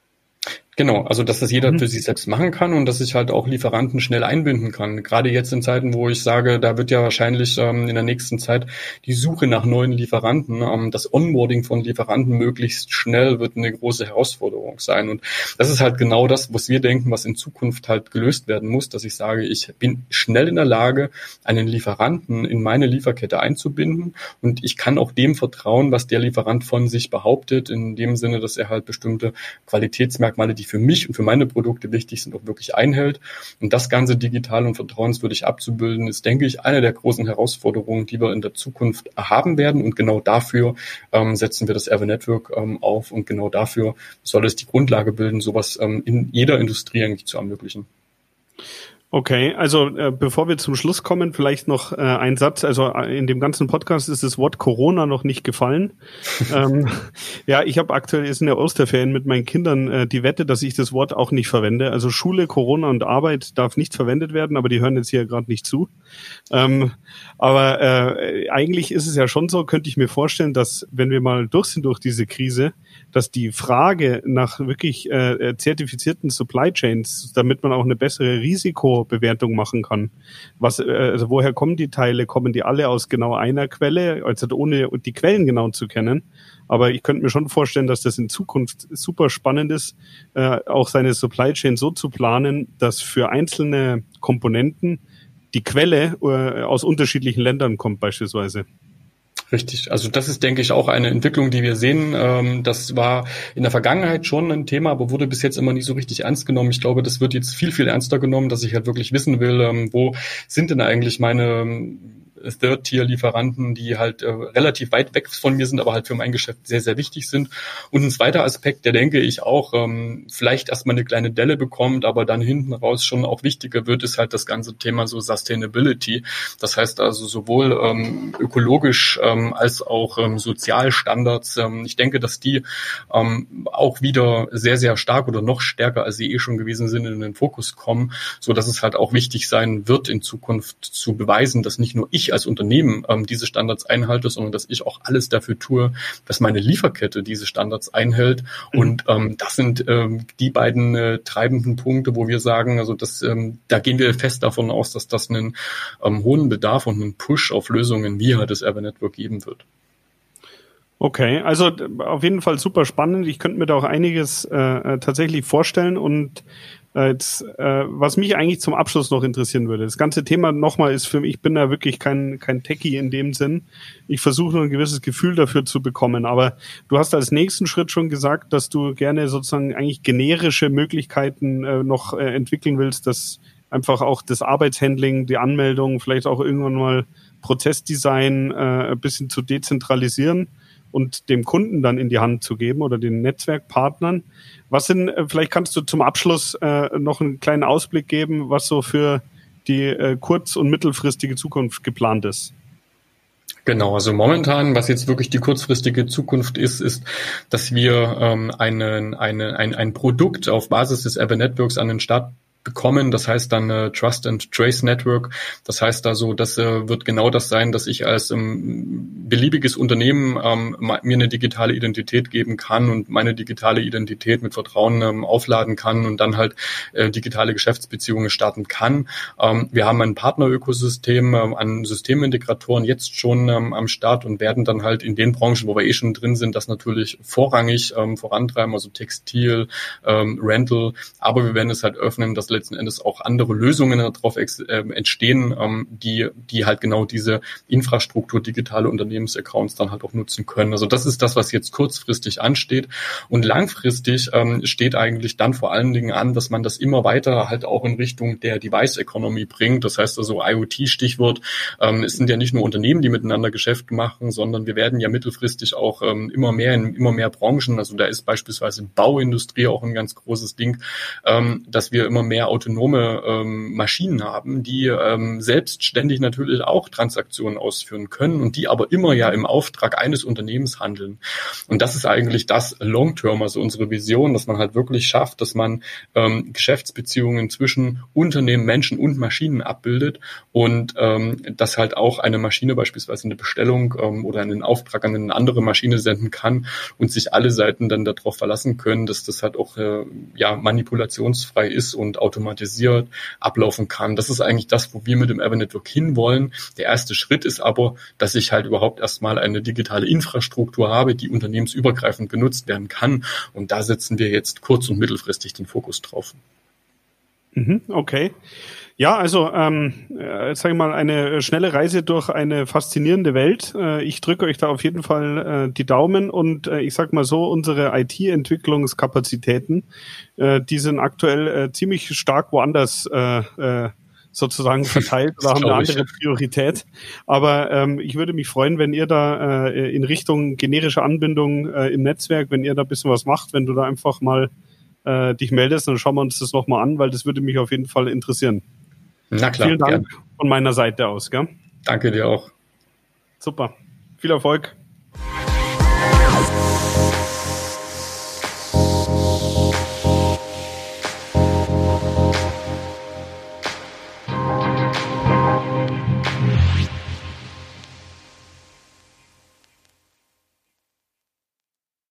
Genau, also dass das jeder für sich selbst machen kann und dass ich halt auch Lieferanten schnell einbinden kann. Gerade jetzt in Zeiten, wo ich sage, da wird ja wahrscheinlich in der nächsten Zeit die Suche nach neuen Lieferanten, das Onboarding von Lieferanten möglichst schnell wird eine große Herausforderung sein. Und das ist halt genau das, was wir denken, was in Zukunft halt gelöst werden muss, dass ich sage, ich bin schnell in der Lage, einen Lieferanten in meine Lieferkette einzubinden und ich kann auch dem vertrauen, was der Lieferant von sich behauptet, in dem Sinne, dass er halt bestimmte Qualitätsmerkmale, die für mich und für meine Produkte wichtig sind, auch wirklich einhält. Und das Ganze digital und vertrauenswürdig abzubilden, ist, denke ich, eine der großen Herausforderungen, die wir in der Zukunft haben werden. Und genau dafür setzen wir das Ever Network auf. Und genau dafür soll es die Grundlage bilden, sowas in jeder Industrie eigentlich zu ermöglichen. Okay, also bevor wir zum Schluss kommen, vielleicht noch ein Satz. Also in dem ganzen Podcast ist das Wort Corona noch nicht gefallen. Ja, ich habe aktuell jetzt in der Osterferien mit meinen Kindern die Wette, dass ich das Wort auch nicht verwende. Also Schule, Corona und Arbeit darf nicht verwendet werden, aber die hören jetzt hier gerade nicht zu. Aber eigentlich ist es ja schon so, könnte ich mir vorstellen, dass wenn wir mal durch sind durch diese Krise, dass die Frage nach wirklich zertifizierten Supply Chains, damit man auch eine bessere Risikobewertung machen kann. Also woher kommen die Teile? Kommen die alle aus genau einer Quelle, also ohne die Quellen genau zu kennen? Aber ich könnte mir schon vorstellen, dass das in Zukunft super spannend ist, auch seine Supply Chain so zu planen, dass für einzelne Komponenten die Quelle aus unterschiedlichen Ländern kommt beispielsweise. Richtig. Also das ist, denke ich, auch eine Entwicklung, die wir sehen. Das war in der Vergangenheit schon ein Thema, aber wurde bis jetzt immer nicht so richtig ernst genommen. Ich glaube, das wird jetzt viel, viel ernster genommen, dass ich halt wirklich wissen will, wo sind denn eigentlich meine Third-Tier-Lieferanten, die halt relativ weit weg von mir sind, aber halt für mein Geschäft sehr, sehr wichtig sind. Und ein zweiter Aspekt, der denke ich auch vielleicht erstmal eine kleine Delle bekommt, aber dann hinten raus schon auch wichtiger wird, ist halt das ganze Thema so Sustainability. Das heißt also sowohl ökologisch als auch Sozialstandards. Ich denke, dass die auch wieder sehr, sehr stark oder noch stärker, als sie schon gewesen sind, in den Fokus kommen, so dass es halt auch wichtig sein wird, in Zukunft zu beweisen, dass nicht nur ich als Unternehmen diese Standards einhalte, sondern dass ich auch alles dafür tue, dass meine Lieferkette diese Standards einhält. Und das sind die beiden treibenden Punkte, wo wir sagen, also da gehen wir fest davon aus, dass das einen hohen Bedarf und einen Push auf Lösungen via das Ever Network geben wird. Okay, also auf jeden Fall super spannend. Ich könnte mir da auch einiges tatsächlich vorstellen und was mich eigentlich zum Abschluss noch interessieren würde. Das ganze Thema nochmal ist für mich, ich bin da wirklich kein Techie in dem Sinn. Ich versuche nur ein gewisses Gefühl dafür zu bekommen. Aber du hast als nächsten Schritt schon gesagt, dass du gerne sozusagen eigentlich generische Möglichkeiten noch entwickeln willst, dass einfach auch das Arbeitshandling, die Anmeldung, vielleicht auch irgendwann mal Prozessdesign ein bisschen zu dezentralisieren und dem Kunden dann in die Hand zu geben oder den Netzwerkpartnern. Vielleicht kannst du zum Abschluss noch einen kleinen Ausblick geben, was so für die kurz- und mittelfristige Zukunft geplant ist. Genau, also momentan, was jetzt wirklich die kurzfristige Zukunft ist, dass wir ein Produkt auf Basis des Ever Networks an den Start bekommen. Das heißt dann Trust and Trace Network. Das heißt also, das wird genau das sein, dass ich als beliebiges Unternehmen mir eine digitale Identität geben kann und meine digitale Identität mit Vertrauen aufladen kann und dann halt digitale Geschäftsbeziehungen starten kann. Wir haben ein Partnerökosystem an Systemintegratoren jetzt schon am Start und werden dann halt in den Branchen, wo wir schon drin sind, das natürlich vorrangig vorantreiben, also Textil, Rental, aber wir werden es halt öffnen, dass letzten Endes auch andere Lösungen darauf entstehen, die halt genau diese Infrastruktur digitale Unternehmensaccounts dann halt auch nutzen können. Also das ist das, was jetzt kurzfristig ansteht. Und langfristig steht eigentlich dann vor allen Dingen an, dass man das immer weiter halt auch in Richtung der Device Economy bringt. Das heißt also IoT-Stichwort. Es sind ja nicht nur Unternehmen, die miteinander Geschäft machen, sondern wir werden ja mittelfristig auch immer mehr Branchen, also da ist beispielsweise Bauindustrie auch ein ganz großes Ding, dass wir immer mehr autonome Maschinen haben, die selbstständig natürlich auch Transaktionen ausführen können und die aber immer ja im Auftrag eines Unternehmens handeln. Und das ist eigentlich das Long-Term, also unsere Vision, dass man halt wirklich schafft, dass man Geschäftsbeziehungen zwischen Unternehmen, Menschen und Maschinen abbildet und dass halt auch eine Maschine beispielsweise eine Bestellung oder einen Auftrag an eine andere Maschine senden kann und sich alle Seiten dann darauf verlassen können, dass das halt auch manipulationsfrei ist und automatisiert ablaufen kann. Das ist eigentlich das, wo wir mit dem Ever Network hinwollen. Der erste Schritt ist aber, dass ich halt überhaupt erstmal eine digitale Infrastruktur habe, die unternehmensübergreifend genutzt werden kann. Und da setzen wir jetzt kurz- und mittelfristig den Fokus drauf. Okay. Ja, also sage ich mal, eine schnelle Reise durch eine faszinierende Welt. Ich drücke euch da auf jeden Fall die Daumen und ich sag mal so, unsere IT-Entwicklungskapazitäten, die sind aktuell ziemlich stark woanders sozusagen verteilt oder haben eine andere Priorität. Aber ich würde mich freuen, wenn ihr da in Richtung generische Anbindung im Netzwerk, wenn ihr da ein bisschen was macht, wenn du da einfach mal dich meldest, dann schauen wir uns das nochmal an, weil das würde mich auf jeden Fall interessieren. Na klar. Vielen Dank von meiner Seite aus. Gell? Danke dir auch. Super. Viel Erfolg.